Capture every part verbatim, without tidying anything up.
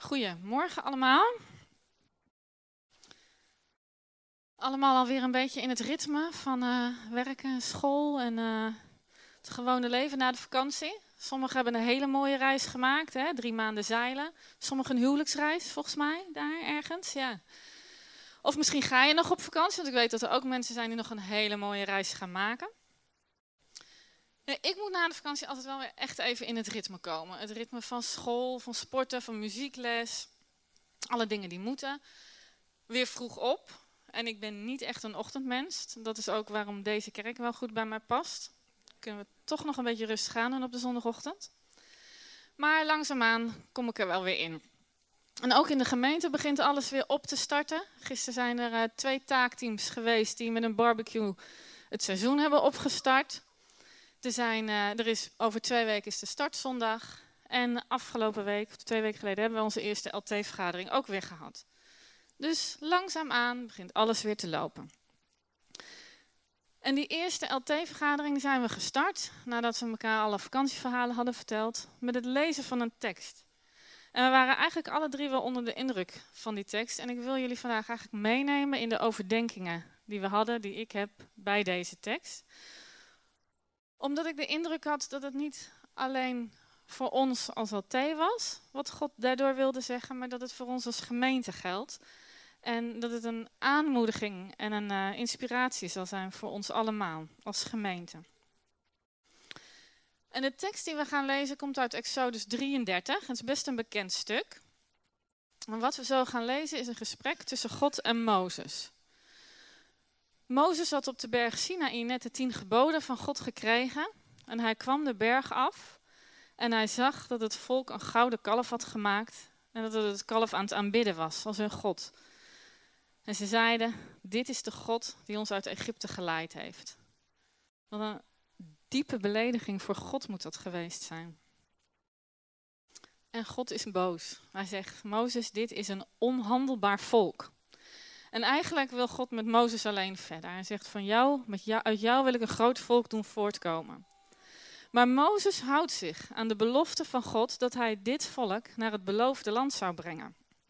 Goedemorgen allemaal. Allemaal alweer een beetje in het ritme van uh, werken, school en uh, het gewone leven na de vakantie. Sommigen hebben een hele mooie reis gemaakt, hè? drie maanden zeilen. Sommigen een huwelijksreis, volgens mij, daar ergens. Ja. Of misschien ga je nog op vakantie, want ik weet dat er ook mensen zijn die nog een hele mooie reis gaan maken. Ja, ik moet na de vakantie altijd wel weer echt even in het ritme komen. Het ritme van school, van sporten, van muziekles. Alle dingen die moeten. Weer vroeg op. En ik ben niet echt een ochtendmens. Dat is ook waarom deze kerk wel goed bij mij past. Kunnen we toch nog een beetje rustig aan doen op de zondagochtend. Maar langzaamaan kom ik er wel weer in. En ook in de gemeente begint alles weer op te starten. Gisteren zijn er uh, twee taakteams geweest die met een barbecue het seizoen hebben opgestart. Er, zijn, uh, er is over twee weken is de startzondag. En afgelopen week, of twee weken geleden, hebben we onze eerste L T-vergadering ook weer gehad. Dus langzaamaan begint alles weer te lopen. En die eerste L T-vergadering zijn we gestart, nadat we elkaar alle vakantieverhalen hadden verteld, met het lezen van een tekst. En we waren eigenlijk alle drie wel onder de indruk van die tekst. En ik wil jullie vandaag eigenlijk meenemen in de overdenkingen die we hadden, die ik heb bij deze tekst. Omdat ik de indruk had dat het niet alleen voor ons als L T was, wat God daardoor wilde zeggen, maar dat het voor ons als gemeente geldt. En dat het een aanmoediging en een uh, inspiratie zal zijn voor ons allemaal als gemeente. En de tekst die we gaan lezen komt uit Exodus drieëndertig. Het is best een bekend stuk. En wat we zo gaan lezen is een gesprek tussen God en Mozes. Mozes had op de berg Sinaï net de tien geboden van God gekregen. En hij kwam de berg af en hij zag dat het volk een gouden kalf had gemaakt. En dat het het kalf aan het aanbidden was als hun God. En ze zeiden, dit is de God die ons uit Egypte geleid heeft. Wat een diepe belediging voor God moet dat geweest zijn. En God is boos. Hij zegt, Mozes, dit is een onhandelbaar volk. En eigenlijk wil God met Mozes alleen verder. Hij zegt, van jou, met jou, uit jou wil ik een groot volk doen voortkomen. Maar Mozes houdt zich aan de belofte van God dat hij dit volk naar het beloofde land zou brengen.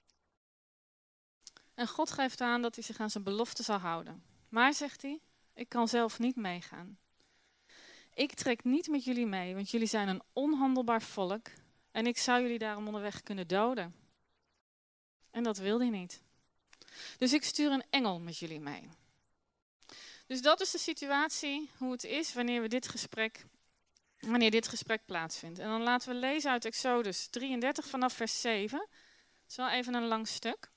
En God geeft aan dat hij zich aan zijn belofte zal houden. Maar, zegt hij, ik kan zelf niet meegaan. Ik trek niet met jullie mee, want jullie zijn een onhandelbaar volk. En ik zou jullie daarom onderweg kunnen doden. En dat wil hij niet. Dus ik stuur een engel met jullie mee. Dus dat is de situatie, hoe het is wanneer we dit gesprek, wanneer dit gesprek plaatsvindt. En dan laten we lezen uit Exodus drieëndertig vanaf vers zeven. Het is wel even een lang stuk.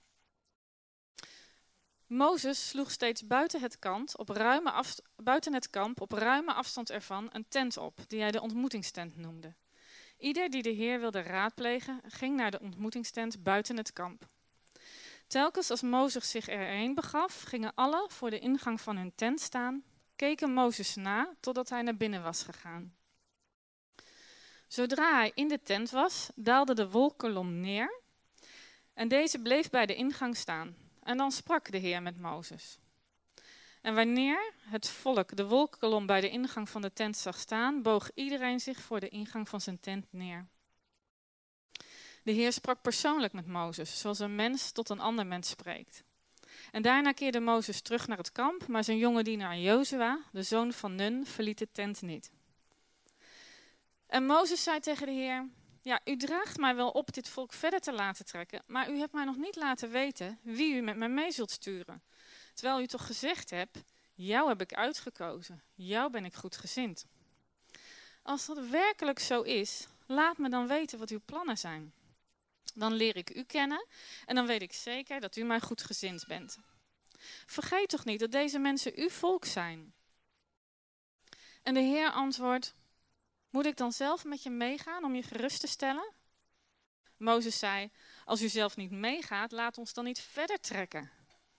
Mozes sloeg steeds buiten het, kant op ruime afst- buiten het kamp op ruime afstand ervan een tent op, die hij de ontmoetingstent noemde. Ieder die de Heer wilde raadplegen, ging naar de ontmoetingstent buiten het kamp. Telkens als Mozes zich erheen begaf, gingen alle voor de ingang van hun tent staan, keken Mozes na totdat hij naar binnen was gegaan. Zodra hij in de tent was, daalde de wolkkolom neer en deze bleef bij de ingang staan. En dan sprak de Heer met Mozes. En wanneer het volk de wolkkolom bij de ingang van de tent zag staan, boog iedereen zich voor de ingang van zijn tent neer. De Heer sprak persoonlijk met Mozes, zoals een mens tot een ander mens spreekt. En daarna keerde Mozes terug naar het kamp, maar zijn jonge dienaar Jozua, de zoon van Nun, verliet de tent niet. En Mozes zei tegen de Heer, ja, u draagt mij wel op dit volk verder te laten trekken, maar u hebt mij nog niet laten weten wie u met mij mee zult sturen. Terwijl u toch gezegd hebt, jou heb ik uitgekozen, jou ben ik goedgezind. Als dat werkelijk zo is, laat me dan weten wat uw plannen zijn. Dan leer ik u kennen en dan weet ik zeker dat u mij goedgezind bent. Vergeet toch niet dat deze mensen uw volk zijn. En de Heer antwoordt, moet ik dan zelf met je meegaan om je gerust te stellen? Mozes zei, als u zelf niet meegaat, laat ons dan niet verder trekken.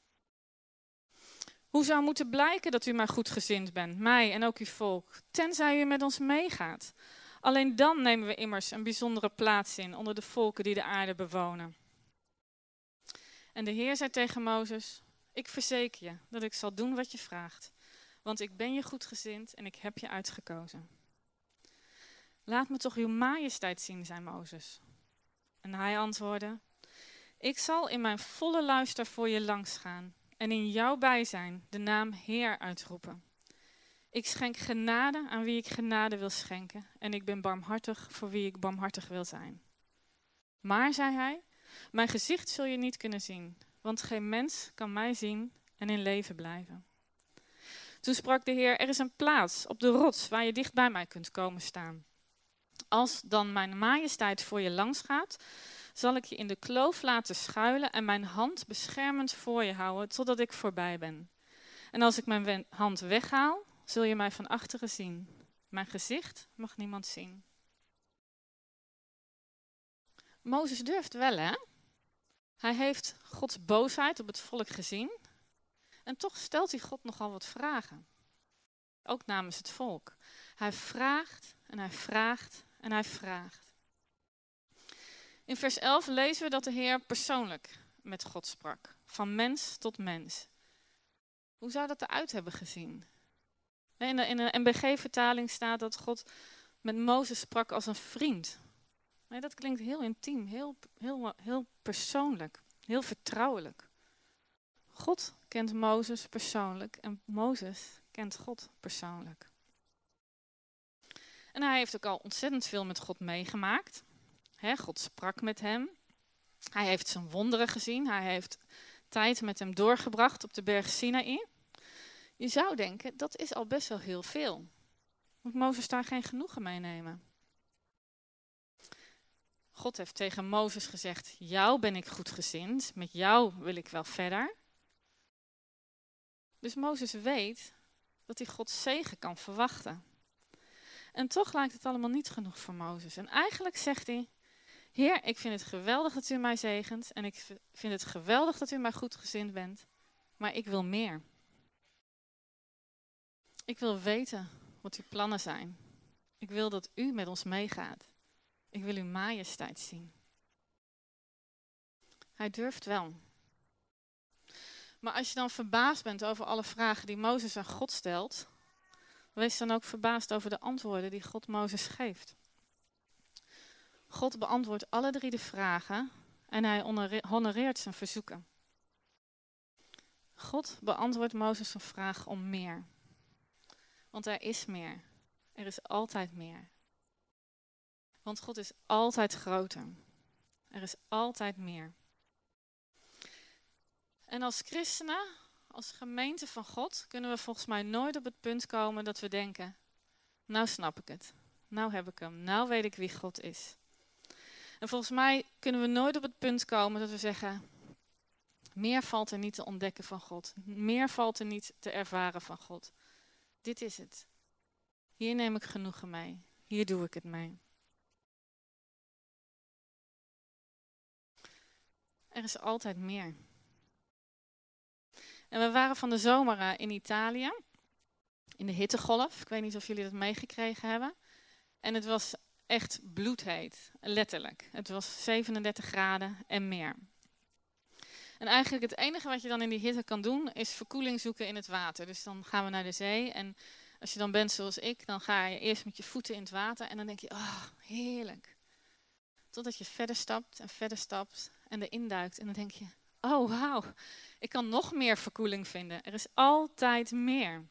Hoe zou moeten blijken dat u mij goedgezind bent, mij en ook uw volk, tenzij u met ons meegaat? Alleen dan nemen we immers een bijzondere plaats in onder de volken die de aarde bewonen. En de Heer zei tegen Mozes, ik verzeker je dat ik zal doen wat je vraagt, want ik ben je goedgezind en ik heb je uitgekozen. Laat me toch uw majesteit zien, zei Mozes. En hij antwoordde, Ik zal in mijn volle luister voor je langsgaan en in jouw bijzijn de naam Heer uitroepen. Ik schenk genade aan wie ik genade wil schenken en ik ben barmhartig voor wie ik barmhartig wil zijn. Maar, zei hij, mijn gezicht zul je niet kunnen zien, want geen mens kan mij zien en in leven blijven. Toen sprak de Heer, er is een plaats op de rots waar je dicht bij mij kunt komen staan. Als dan mijn majesteit voor je langs gaat, zal ik je in de kloof laten schuilen en mijn hand beschermend voor je houden totdat ik voorbij ben. En als ik mijn wen- hand weghaal, zul je mij van achteren zien. Mijn gezicht mag niemand zien. Mozes durft wel, hè? Hij heeft Gods boosheid op het volk gezien. En toch stelt hij God nogal wat vragen. Ook namens het volk. Hij vraagt en hij vraagt en hij vraagt. In vers elf lezen we dat de Heer persoonlijk met God sprak. Van mens tot mens. Hoe zou dat eruit hebben gezien? In de, in de N B G-vertaling staat dat God met Mozes sprak als een vriend. Nee, dat klinkt heel intiem, heel, heel, heel persoonlijk, heel vertrouwelijk. God kent Mozes persoonlijk en Mozes kent God persoonlijk. En hij heeft ook al ontzettend veel met God meegemaakt. He, God sprak met hem. Hij heeft zijn wonderen gezien. Hij heeft tijd met hem doorgebracht op de berg Sinaï. Je zou denken, dat is al best wel heel veel. Moet Mozes daar geen genoegen mee nemen? God heeft tegen Mozes gezegd, jou ben ik goedgezind, met jou wil ik wel verder. Dus Mozes weet dat hij Gods zegen kan verwachten. En toch lijkt het allemaal niet genoeg voor Mozes. En eigenlijk zegt hij, Heer, ik vind het geweldig dat u mij zegent en ik vind het geweldig dat u mij goedgezind bent, maar ik wil meer. Ik wil weten wat uw plannen zijn. Ik wil dat u met ons meegaat. Ik wil uw majesteit zien. Hij durft wel. Maar als je dan verbaasd bent over alle vragen die Mozes aan God stelt, wees dan ook verbaasd over de antwoorden die God Mozes geeft. God beantwoordt alle drie de vragen en hij honoreert zijn verzoeken. God beantwoordt Mozes een vraag om meer. Want er is meer. Er is altijd meer. Want God is altijd groter. Er is altijd meer. En als christenen, als gemeente van God, kunnen we volgens mij nooit op het punt komen dat we denken, nou snap ik het. Nou heb ik hem. Nou weet ik wie God is. En volgens mij kunnen we nooit op het punt komen dat we zeggen, meer valt er niet te ontdekken van God. Meer valt er niet te ervaren van God. Dit is het. Hier neem ik genoegen mee. Hier doe ik het mee. Er is altijd meer. En we waren van de zomer in Italië, in de hittegolf. Ik weet niet of jullie dat meegekregen hebben. En het was echt bloedheet, letterlijk. Het was zevenendertig graden en meer. En eigenlijk het enige wat je dan in die hitte kan doen, is verkoeling zoeken in het water. Dus dan gaan we naar de zee en als je dan bent zoals ik, dan ga je eerst met je voeten in het water en dan denk je, oh, heerlijk. Totdat je verder stapt en verder stapt en erin duikt en dan denk je, oh wauw, ik kan nog meer verkoeling vinden. Er is altijd meer.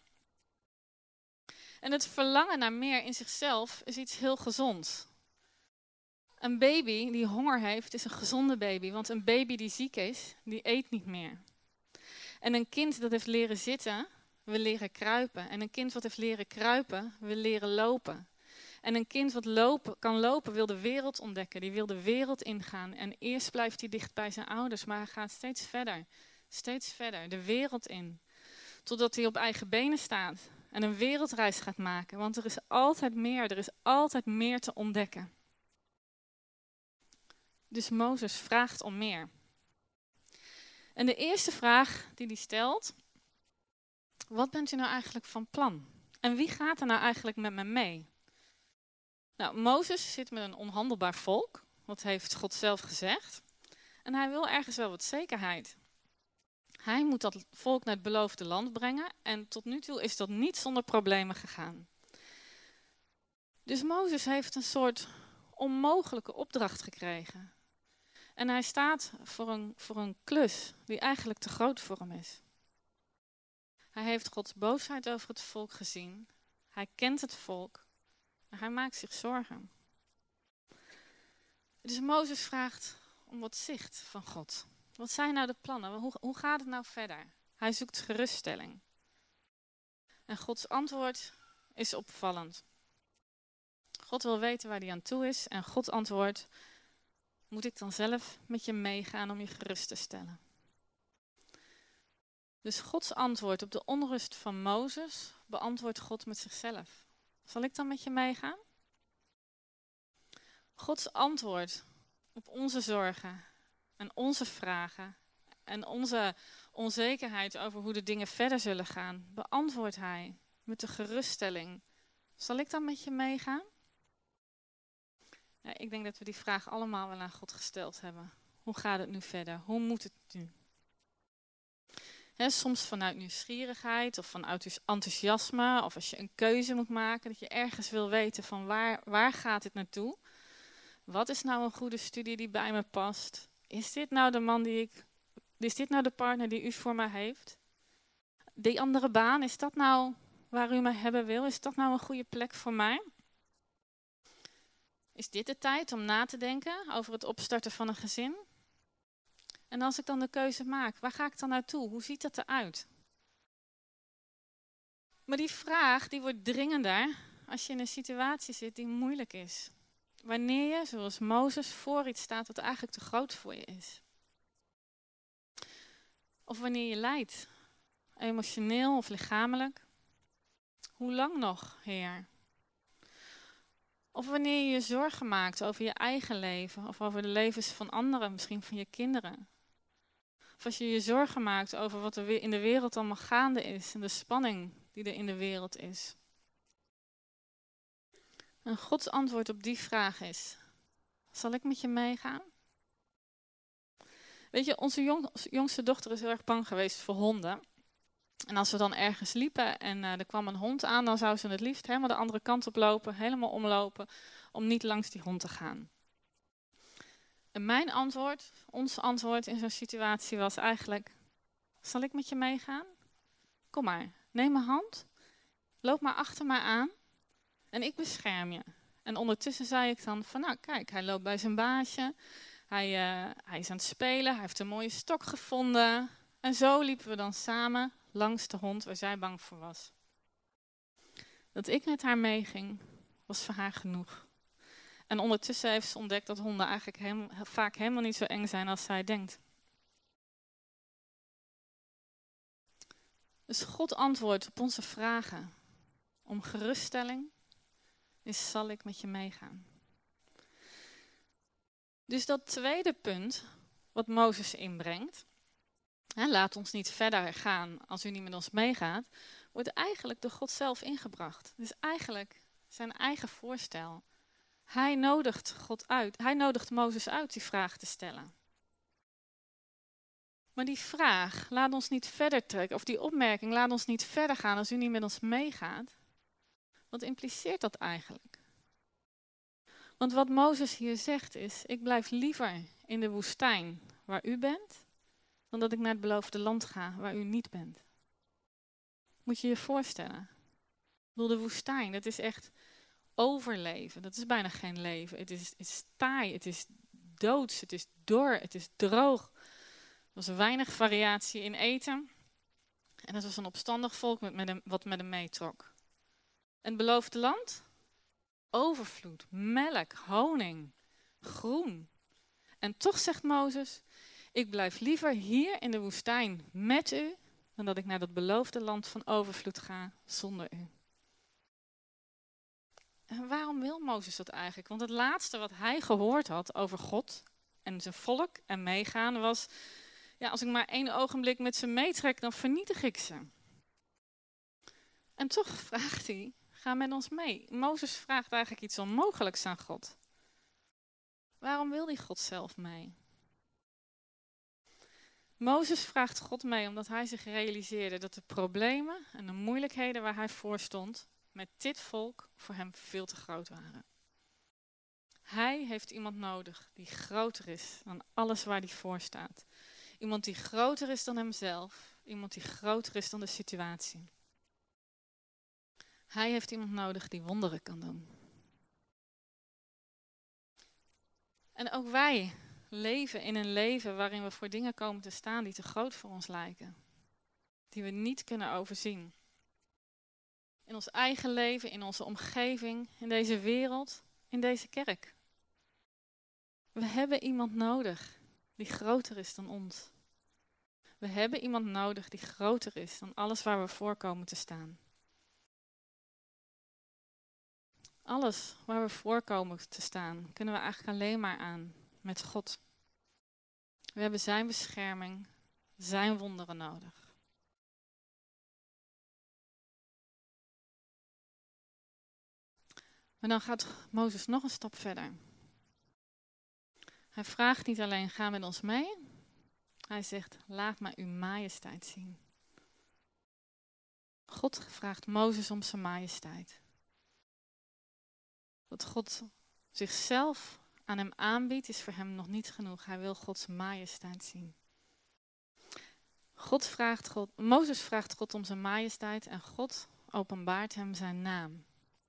En het verlangen naar meer in zichzelf is iets heel gezonds. Een baby die honger heeft is een gezonde baby, want een baby die ziek is, die eet niet meer. En een kind dat heeft leren zitten, wil leren kruipen. En een kind wat heeft leren kruipen, wil leren lopen. En een kind wat lopen, kan lopen, wil de wereld ontdekken. Die wil de wereld ingaan. En eerst blijft hij dicht bij zijn ouders, maar hij gaat steeds verder. Steeds verder, de wereld in. Totdat hij op eigen benen staat en een wereldreis gaat maken. Want er is altijd meer, er is altijd meer te ontdekken. Dus Mozes vraagt om meer. En de eerste vraag die hij stelt, wat bent u nou eigenlijk van plan? En wie gaat er nou eigenlijk met me mee? Nou, Mozes zit met een onhandelbaar volk, dat heeft God zelf gezegd. En hij wil ergens wel wat zekerheid. Hij moet dat volk naar het beloofde land brengen en tot nu toe is dat niet zonder problemen gegaan. Dus Mozes heeft een soort onmogelijke opdracht gekregen. En hij staat voor een, voor een klus die eigenlijk te groot voor hem is. Hij heeft Gods boosheid over het volk gezien. Hij kent het volk. En hij maakt zich zorgen. Dus Mozes vraagt om wat zicht van God. Wat zijn nou de plannen? Hoe, hoe gaat het nou verder? Hij zoekt geruststelling. En Gods antwoord is opvallend. God wil weten waar hij aan toe is. En God antwoordt: moet ik dan zelf met je meegaan om je gerust te stellen? Dus Gods antwoord op de onrust van Mozes beantwoordt God met zichzelf. Zal ik dan met je meegaan? Gods antwoord op onze zorgen en onze vragen en onze onzekerheid over hoe de dingen verder zullen gaan, beantwoordt hij met de geruststelling: zal ik dan met je meegaan? Ja, ik denk dat we die vraag allemaal wel aan God gesteld hebben. Hoe gaat het nu verder? Hoe moet het nu? He, soms vanuit nieuwsgierigheid of vanuit enthousiasme, of als je een keuze moet maken, dat je ergens wil weten van waar, waar gaat dit naartoe? Wat is nou een goede studie die bij me past? Is dit nou de man die ik, is dit nou de partner die u voor mij heeft? Die andere baan, is dat nou waar u mij hebben wil? Is dat nou een goede plek voor mij? Is dit de tijd om na te denken over het opstarten van een gezin? En als ik dan de keuze maak, waar ga ik dan naartoe? Hoe ziet dat eruit? Maar die vraag die wordt dringender als je in een situatie zit die moeilijk is. Wanneer je, zoals Mozes, voor iets staat wat eigenlijk te groot voor je is. Of wanneer je lijdt, emotioneel of lichamelijk. Hoe lang nog, Heer? Of wanneer je je zorgen maakt over je eigen leven of over de levens van anderen, misschien van je kinderen. Of als je je zorgen maakt over wat er in de wereld allemaal gaande is en de spanning die er in de wereld is. En Gods antwoord op die vraag is: zal ik met je meegaan? Weet je, onze jong, jongste dochter is heel erg bang geweest voor honden. En als we dan ergens liepen en uh, er kwam een hond aan, dan zou ze het liefst helemaal de andere kant op lopen, helemaal omlopen, om niet langs die hond te gaan. En mijn antwoord, ons antwoord in zo'n situatie was eigenlijk: zal ik met je meegaan? Kom maar, neem mijn hand, loop maar achter mij aan en ik bescherm je. En ondertussen zei ik dan van, nou kijk, hij loopt bij zijn baasje, hij, uh, hij is aan het spelen, hij heeft een mooie stok gevonden. En zo liepen we dan samen langs de hond waar zij bang voor was. Dat ik met haar meeging, was voor haar genoeg. En ondertussen heeft ze ontdekt dat honden eigenlijk hem, vaak helemaal niet zo eng zijn als zij denkt. Dus God antwoordt op onze vragen om geruststelling is: zal ik met je meegaan? Dus dat tweede punt wat Mozes inbrengt, hè, laat ons niet verder gaan als u niet met ons meegaat, wordt eigenlijk door God zelf ingebracht. Dus eigenlijk zijn eigen voorstel. Hij nodigt God uit. Hij nodigt Mozes uit die vraag te stellen. Maar die vraag laat ons niet verder trekken, of die opmerking laat ons niet verder gaan als u niet met ons meegaat. Wat impliceert dat eigenlijk? Want wat Mozes hier zegt is: ik blijf liever in de woestijn waar u bent, dan dat ik naar het beloofde land ga waar u niet bent. Moet je je voorstellen. Ik bedoel, de woestijn, dat is echt overleven. Dat is bijna geen leven. Het is, het is taai, het is doods, het is dor, het is droog. Er was weinig variatie in eten. En het was een opstandig volk met, met hem, wat met hem meetrok. En het beloofde land? Overvloed, melk, honing, groen. En toch zegt Mozes: ik blijf liever hier in de woestijn met u, dan dat ik naar dat beloofde land van overvloed ga zonder u. En waarom wil Mozes dat eigenlijk? Want het laatste wat hij gehoord had over God en zijn volk en meegaan was: ja, als ik maar één ogenblik met ze meetrek, dan vernietig ik ze. En toch vraagt hij: ga met ons mee. Mozes vraagt eigenlijk iets onmogelijks aan God. Waarom wil hij God zelf mee? Mozes vraagt God mee omdat hij zich realiseerde dat de problemen en de moeilijkheden waar hij voor stond met dit volk voor hem veel te groot waren. Hij heeft iemand nodig die groter is dan alles waar hij voor staat. Iemand die groter is dan hemzelf. Iemand die groter is dan de situatie. Hij heeft iemand nodig die wonderen kan doen. En ook wij leven in een leven waarin we voor dingen komen te staan die te groot voor ons lijken. Die we niet kunnen overzien. In ons eigen leven, in onze omgeving, in deze wereld, in deze kerk. We hebben iemand nodig die groter is dan ons. We hebben iemand nodig die groter is dan alles waar we voor komen te staan. Alles waar we voor komen te staan, kunnen we eigenlijk alleen maar aan met God. We hebben zijn bescherming, zijn wonderen nodig. Maar dan gaat Mozes nog een stap verder. Hij vraagt niet alleen, ga met ons mee. Hij zegt, laat maar uw majesteit zien. God vraagt Mozes om zijn majesteit. Dat God zichzelf aan hem aanbiedt, is voor hem nog niet genoeg. Hij wil Gods majesteit zien. God vraagt God, Mozes vraagt God om zijn majesteit en God openbaart hem zijn naam.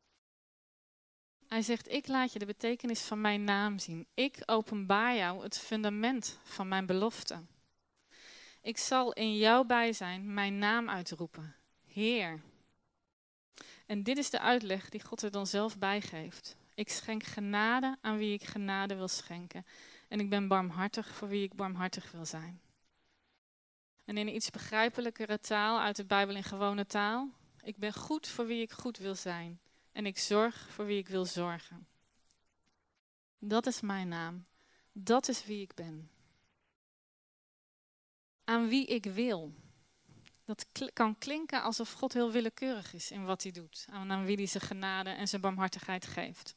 Hij zegt, ik laat je de betekenis van mijn naam zien. Ik openbaar jou het fundament van mijn belofte. Ik zal in jouw bijzijn mijn naam uitroepen. Heer. En dit is de uitleg die God er dan zelf bij geeft. Ik schenk genade aan wie ik genade wil schenken. En ik ben barmhartig voor wie ik barmhartig wil zijn. En in een iets begrijpelijkere taal uit de Bijbel in gewone taal. Ik ben goed voor wie ik goed wil zijn. En ik zorg voor wie ik wil zorgen. Dat is mijn naam. Dat is wie ik ben. Aan wie ik wil. Dat kl- kan klinken alsof God heel willekeurig is in wat hij doet. Aan, aan wie hij zijn genade en zijn barmhartigheid geeft.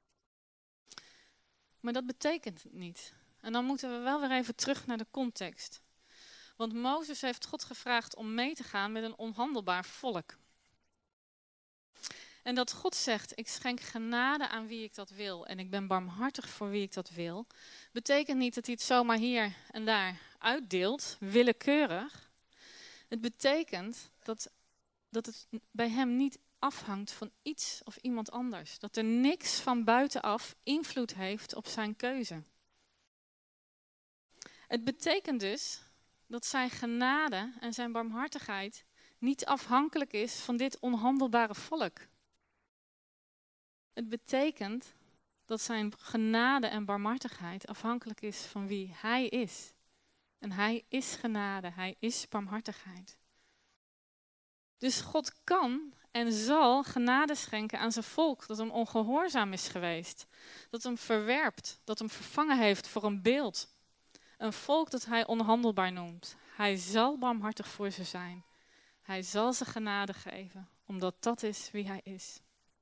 Maar dat betekent het niet. En dan moeten we wel weer even terug naar de context. Want Mozes heeft God gevraagd om mee te gaan met een onhandelbaar volk. En dat God zegt, ik schenk genade aan wie ik dat wil en ik ben barmhartig voor wie ik dat wil, betekent niet dat hij het zomaar hier en daar uitdeelt, willekeurig. Het betekent dat, dat het bij hem niet afhangt van iets of iemand anders. Dat er niks van buitenaf invloed heeft op zijn keuze. Het betekent dus dat zijn genade en zijn barmhartigheid niet afhankelijk is van dit onhandelbare volk. Het betekent dat zijn genade en barmhartigheid afhankelijk is van wie hij is. En hij is genade, hij is barmhartigheid. Dus God kan en zal genade schenken aan zijn volk dat hem ongehoorzaam is geweest. Dat hem verwerpt, dat hem vervangen heeft voor een beeld. Een volk dat hij onhandelbaar noemt. Hij zal barmhartig voor ze zijn. Hij zal ze genade geven, omdat dat is wie hij is.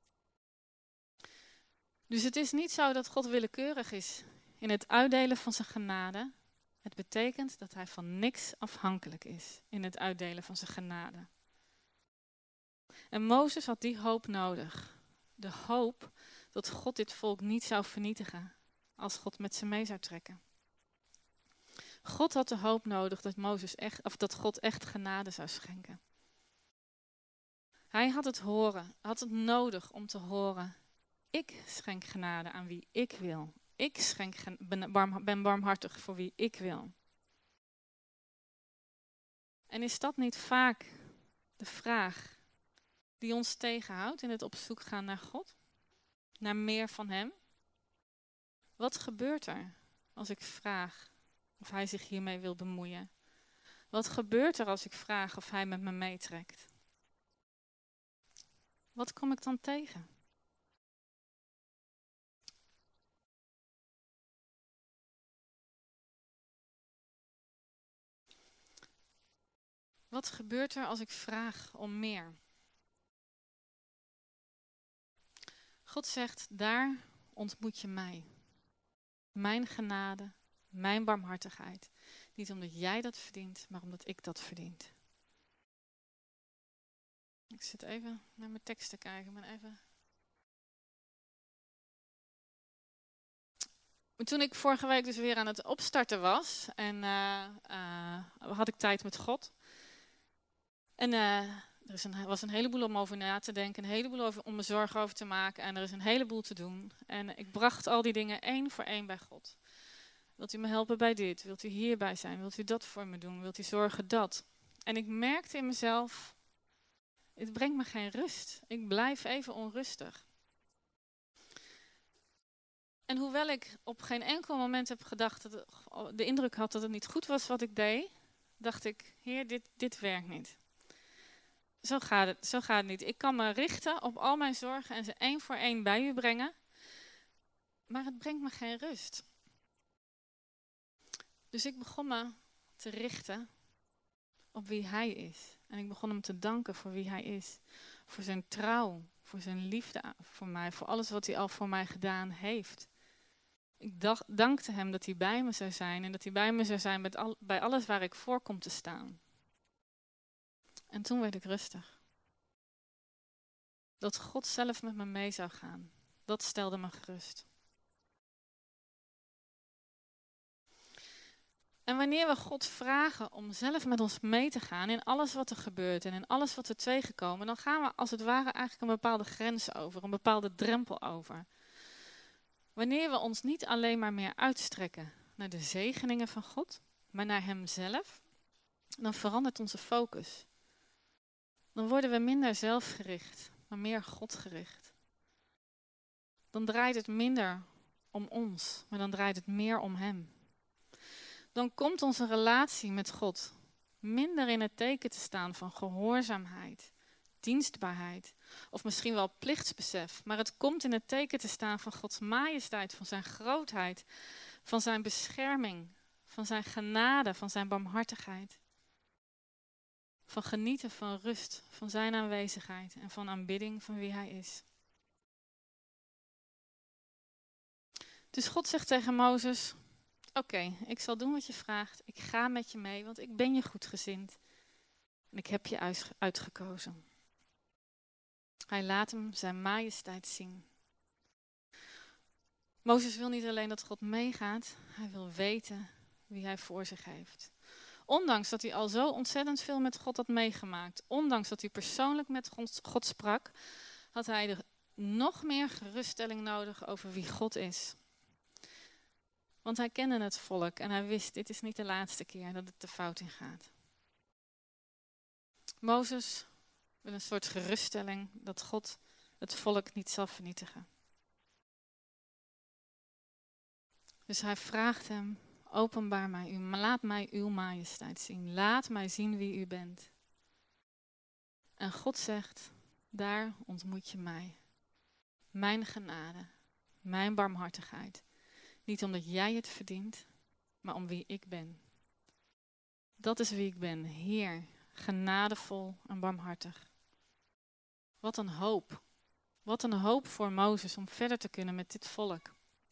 Dus het is niet zo dat God willekeurig is in het uitdelen van zijn genade. Het betekent dat hij van niks afhankelijk is in het uitdelen van zijn genade. En Mozes had die hoop nodig. De hoop dat God dit volk niet zou vernietigen als God met ze mee zou trekken. God had de hoop nodig dat, Mozes echt, of dat God echt genade zou schenken. Hij had het horen, had het nodig om te horen. Ik schenk genade aan wie ik wil. Ik schenk, ben, barm, ben barmhartig voor wie ik wil. En is dat niet vaak de vraag die ons tegenhoudt in het op zoek gaan naar God? Naar meer van hem? Wat gebeurt er als ik vraag of hij zich hiermee wil bemoeien? Wat gebeurt er als ik vraag of hij met me meetrekt? Wat kom ik dan tegen? Wat gebeurt er als ik vraag om meer? God zegt, daar ontmoet je mij. Mijn genade, mijn barmhartigheid. Niet omdat jij dat verdient, maar omdat ik dat verdient. Ik zit even naar mijn tekst te kijken. Ik ben even Maar toen ik vorige week dus weer aan het opstarten was en uh, uh, had ik tijd met God. En uh, er is een, was een heleboel om over na te denken, een heleboel over, om me zorgen over te maken en er is een heleboel te doen. En ik bracht al die dingen één voor één bij God. Wilt u me helpen bij dit? Wilt u hierbij zijn? Wilt u dat voor me doen? Wilt u zorgen dat? En ik merkte in mezelf, het brengt me geen rust. Ik blijf even onrustig. En hoewel ik op geen enkel moment heb gedacht, dat het, de indruk had dat het niet goed was wat ik deed, dacht ik, Heer, dit, dit werkt niet. Zo gaat het, zo gaat het niet. Ik kan me richten op al mijn zorgen en ze één voor één bij u brengen, maar het brengt me geen rust. Dus ik begon me te richten op wie Hij is. En ik begon hem te danken voor wie Hij is. Voor zijn trouw, voor zijn liefde voor mij, voor alles wat Hij al voor mij gedaan heeft. Ik dacht, dankte hem dat hij bij me zou zijn en dat hij bij me zou zijn met al, bij alles waar ik voor kom te staan. En toen werd ik rustig. Dat God zelf met me mee zou gaan, dat stelde me gerust. En wanneer we God vragen om zelf met ons mee te gaan in alles wat er gebeurt en in alles wat we tegenkomen, dan gaan we als het ware eigenlijk een bepaalde grens over, een bepaalde drempel over. Wanneer we ons niet alleen maar meer uitstrekken naar de zegeningen van God, maar naar Hemzelf, dan verandert onze focus. Dan worden we minder zelfgericht, maar meer Godgericht. Dan draait het minder om ons, maar dan draait het meer om Hem. Dan komt onze relatie met God minder in het teken te staan van gehoorzaamheid, dienstbaarheid of misschien wel plichtsbesef. Maar het komt in het teken te staan van Gods majesteit, van zijn grootheid, van zijn bescherming, van zijn genade, van zijn barmhartigheid. Van genieten van rust, van zijn aanwezigheid en van aanbidding van wie Hij is. Dus God zegt tegen Mozes, oké, okay, ik zal doen wat je vraagt. Ik ga met je mee, want ik ben je goedgezind. En ik heb je uitgekozen. Hij laat hem zijn majesteit zien. Mozes wil niet alleen dat God meegaat, hij wil weten wie hij voor zich heeft. Ondanks dat hij al zo ontzettend veel met God had meegemaakt, ondanks dat hij persoonlijk met God sprak, had hij er nog meer geruststelling nodig over wie God is. Want hij kende het volk en hij wist, dit is niet de laatste keer dat het de fout in gaat. Mozes wil een soort geruststelling dat God het volk niet zal vernietigen. Dus hij vraagt hem, openbaar mij u, laat mij uw majesteit zien. Laat mij zien wie u bent. En God zegt, daar ontmoet je mij. Mijn genade, mijn barmhartigheid. Niet omdat jij het verdient, maar om wie ik ben. Dat is wie ik ben, Heer, genadevol en barmhartig. Wat een hoop. Wat een hoop voor Mozes om verder te kunnen met dit volk.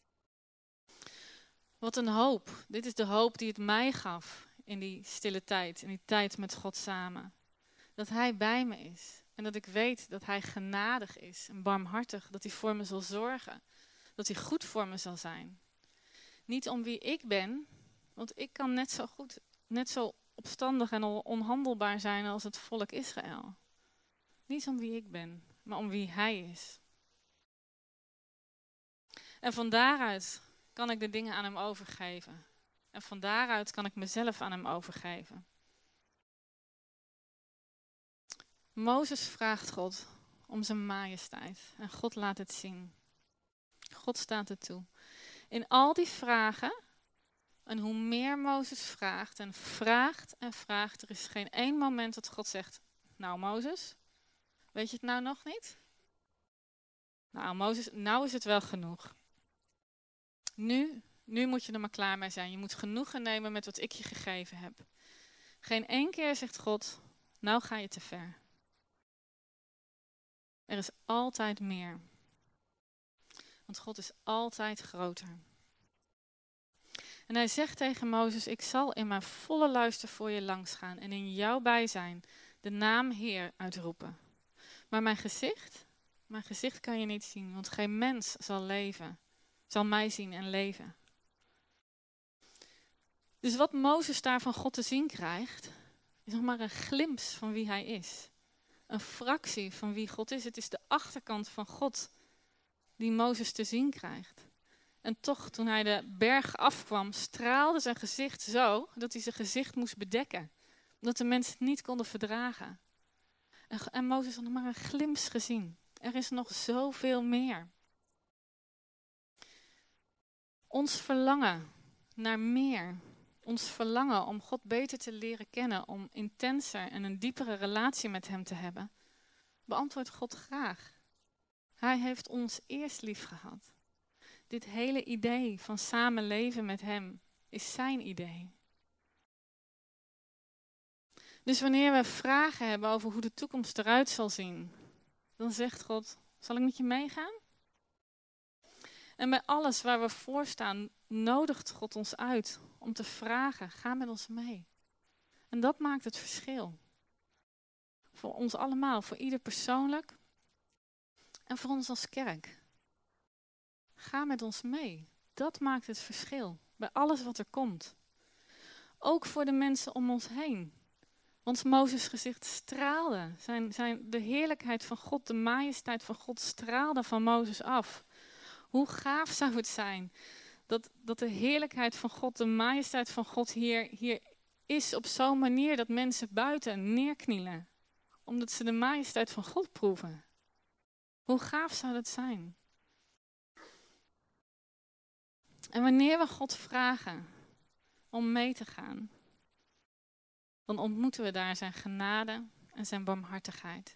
Wat een hoop. Dit is de hoop die het mij gaf in die stille tijd, in die tijd met God samen. Dat Hij bij me is en dat ik weet dat Hij genadig is en barmhartig, dat Hij voor me zal zorgen, dat Hij goed voor me zal zijn. Niet om wie ik ben, want ik kan net zo goed, net zo opstandig en onhandelbaar zijn als het volk Israël. Niet om wie ik ben, maar om wie Hij is. En van daaruit kan ik de dingen aan Hem overgeven. En van daaruit kan ik mezelf aan Hem overgeven. Mozes vraagt God om zijn majesteit. En God laat het zien. God staat er toe. In al die vragen, en hoe meer Mozes vraagt en vraagt en vraagt, er is geen één moment dat God zegt, nou Mozes, weet je het nou nog niet? Nou Mozes, nou is het wel genoeg. Nu, nu moet je er maar klaar mee zijn. Je moet genoegen nemen met wat ik je gegeven heb. Geen één keer zegt God, nou ga je te ver. Er is altijd meer. Want God is altijd groter. En hij zegt tegen Mozes, ik zal in mijn volle luister voor je langsgaan en in jouw bijzijn de naam Heer uitroepen. Maar mijn gezicht, mijn gezicht kan je niet zien, want geen mens zal leven, zal mij zien en leven. Dus wat Mozes daar van God te zien krijgt, is nog maar een glimp van wie hij is. Een fractie van wie God is. Het is de achterkant van God die Mozes te zien krijgt. En toch, toen hij de berg afkwam, straalde zijn gezicht zo dat hij zijn gezicht moest bedekken. Omdat de mensen het niet konden verdragen. En, en Mozes had nog maar een glimp gezien. Er is nog zoveel meer. Ons verlangen naar meer. Ons verlangen om God beter te leren kennen. Om intenser en een diepere relatie met hem te hebben. Beantwoordt God graag. Hij heeft ons eerst lief gehad. Dit hele idee van samen leven met hem is zijn idee. Dus wanneer we vragen hebben over hoe de toekomst eruit zal zien, dan zegt God, zal ik met je meegaan? En bij alles waar we voor staan, nodigt God ons uit om te vragen, ga met ons mee. En dat maakt het verschil. Voor ons allemaal, voor ieder persoonlijk en voor ons als kerk. Ga met ons mee. Dat maakt het verschil bij alles wat er komt. Ook voor de mensen om ons heen. Want Mozes' gezicht straalde. Zijn, zijn, de heerlijkheid van God, de majesteit van God straalde van Mozes af. Hoe gaaf zou het zijn dat, dat de heerlijkheid van God, de majesteit van God hier, hier is op zo'n manier dat mensen buiten neerknielen. Omdat ze de majesteit van God proeven. Hoe gaaf zou dat zijn? En wanneer we God vragen om mee te gaan, dan ontmoeten we daar zijn genade en zijn barmhartigheid.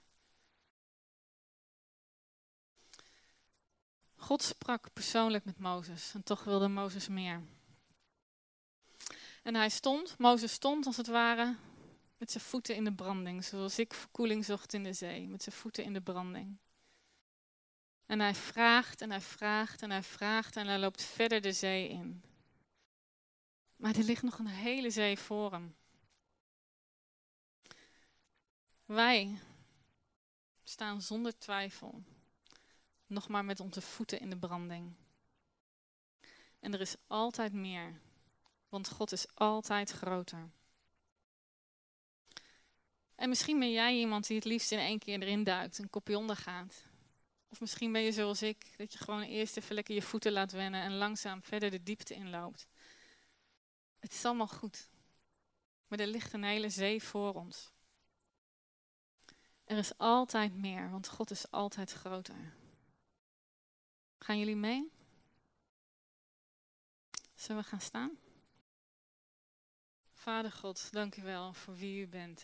God sprak persoonlijk met Mozes en toch wilde Mozes meer. En hij stond, Mozes stond als het ware met zijn voeten in de branding, zoals ik verkoeling zocht in de zee, met zijn voeten in de branding. En hij vraagt en hij vraagt en hij vraagt en hij loopt verder de zee in. Maar er ligt nog een hele zee voor hem. Wij staan zonder twijfel nog maar met onze voeten in de branding. En er is altijd meer, want God is altijd groter. En misschien ben jij iemand die het liefst in één keer erin duikt, een kopje onder gaat. Of misschien ben je zoals ik, dat je gewoon eerst even lekker je voeten laat wennen en langzaam verder de diepte inloopt. Het is allemaal goed. Maar er ligt een hele zee voor ons. Er is altijd meer, want God is altijd groter. Gaan jullie mee? Zullen we gaan staan? Vader God, dank u wel voor wie u bent.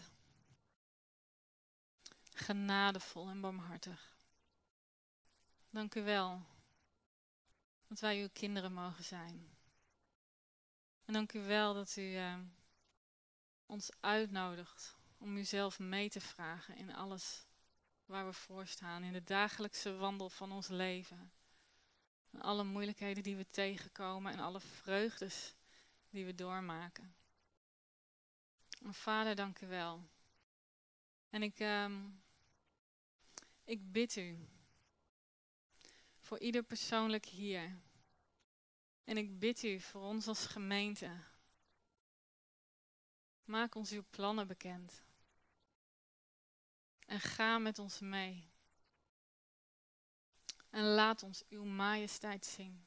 Genadevol en barmhartig. Dank u wel dat wij uw kinderen mogen zijn. En dank u wel dat u uh, ons uitnodigt om uzelf mee te vragen in alles waar we voor staan. In de dagelijkse wandel van ons leven. En alle moeilijkheden die we tegenkomen en alle vreugdes die we doormaken. Maar Vader, dank u wel. En ik, um, ik bid u voor ieder persoonlijk hier. En ik bid u voor ons als gemeente. Maak ons uw plannen bekend. En ga met ons mee. En laat ons uw majesteit zien.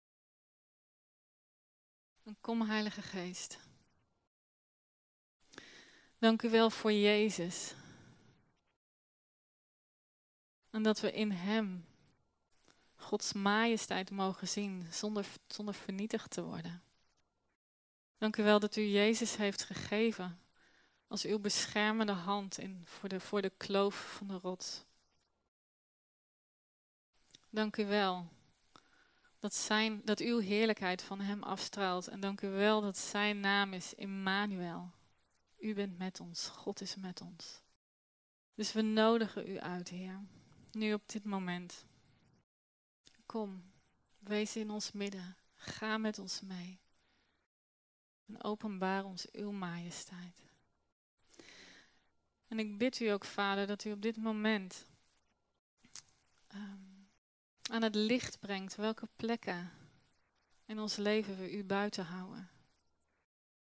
En kom, Heilige Geest. Dank u wel voor Jezus. En dat we in hem Gods majesteit mogen zien zonder, zonder vernietigd te worden. Dank u wel dat u Jezus heeft gegeven als uw beschermende hand in, voor, de, voor de kloof van de rots. Dank u wel dat, zijn, dat uw heerlijkheid van hem afstraalt. En dank u wel dat zijn naam is Immanuel. U bent met ons, God is met ons. Dus we nodigen u uit, Heer, nu op dit moment. Kom, wees in ons midden, ga met ons mee. En openbaar ons uw majesteit. En ik bid u ook, Vader, dat u op dit moment um, aan het licht brengt welke plekken in ons leven we u buiten houden.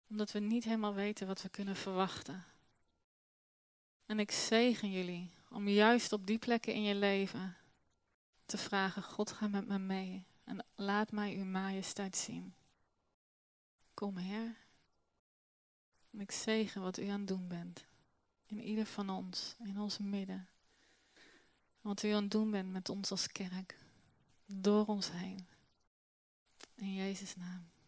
Omdat we niet helemaal weten wat we kunnen verwachten. En ik zegen jullie om juist op die plekken in je leven te vragen, God, ga met me mee en laat mij uw majesteit zien. Kom, Heer. En ik zegen wat u aan het doen bent. In ieder van ons, in ons midden. Wat u aan het doen bent met ons als kerk. Door ons heen. In Jezus' naam.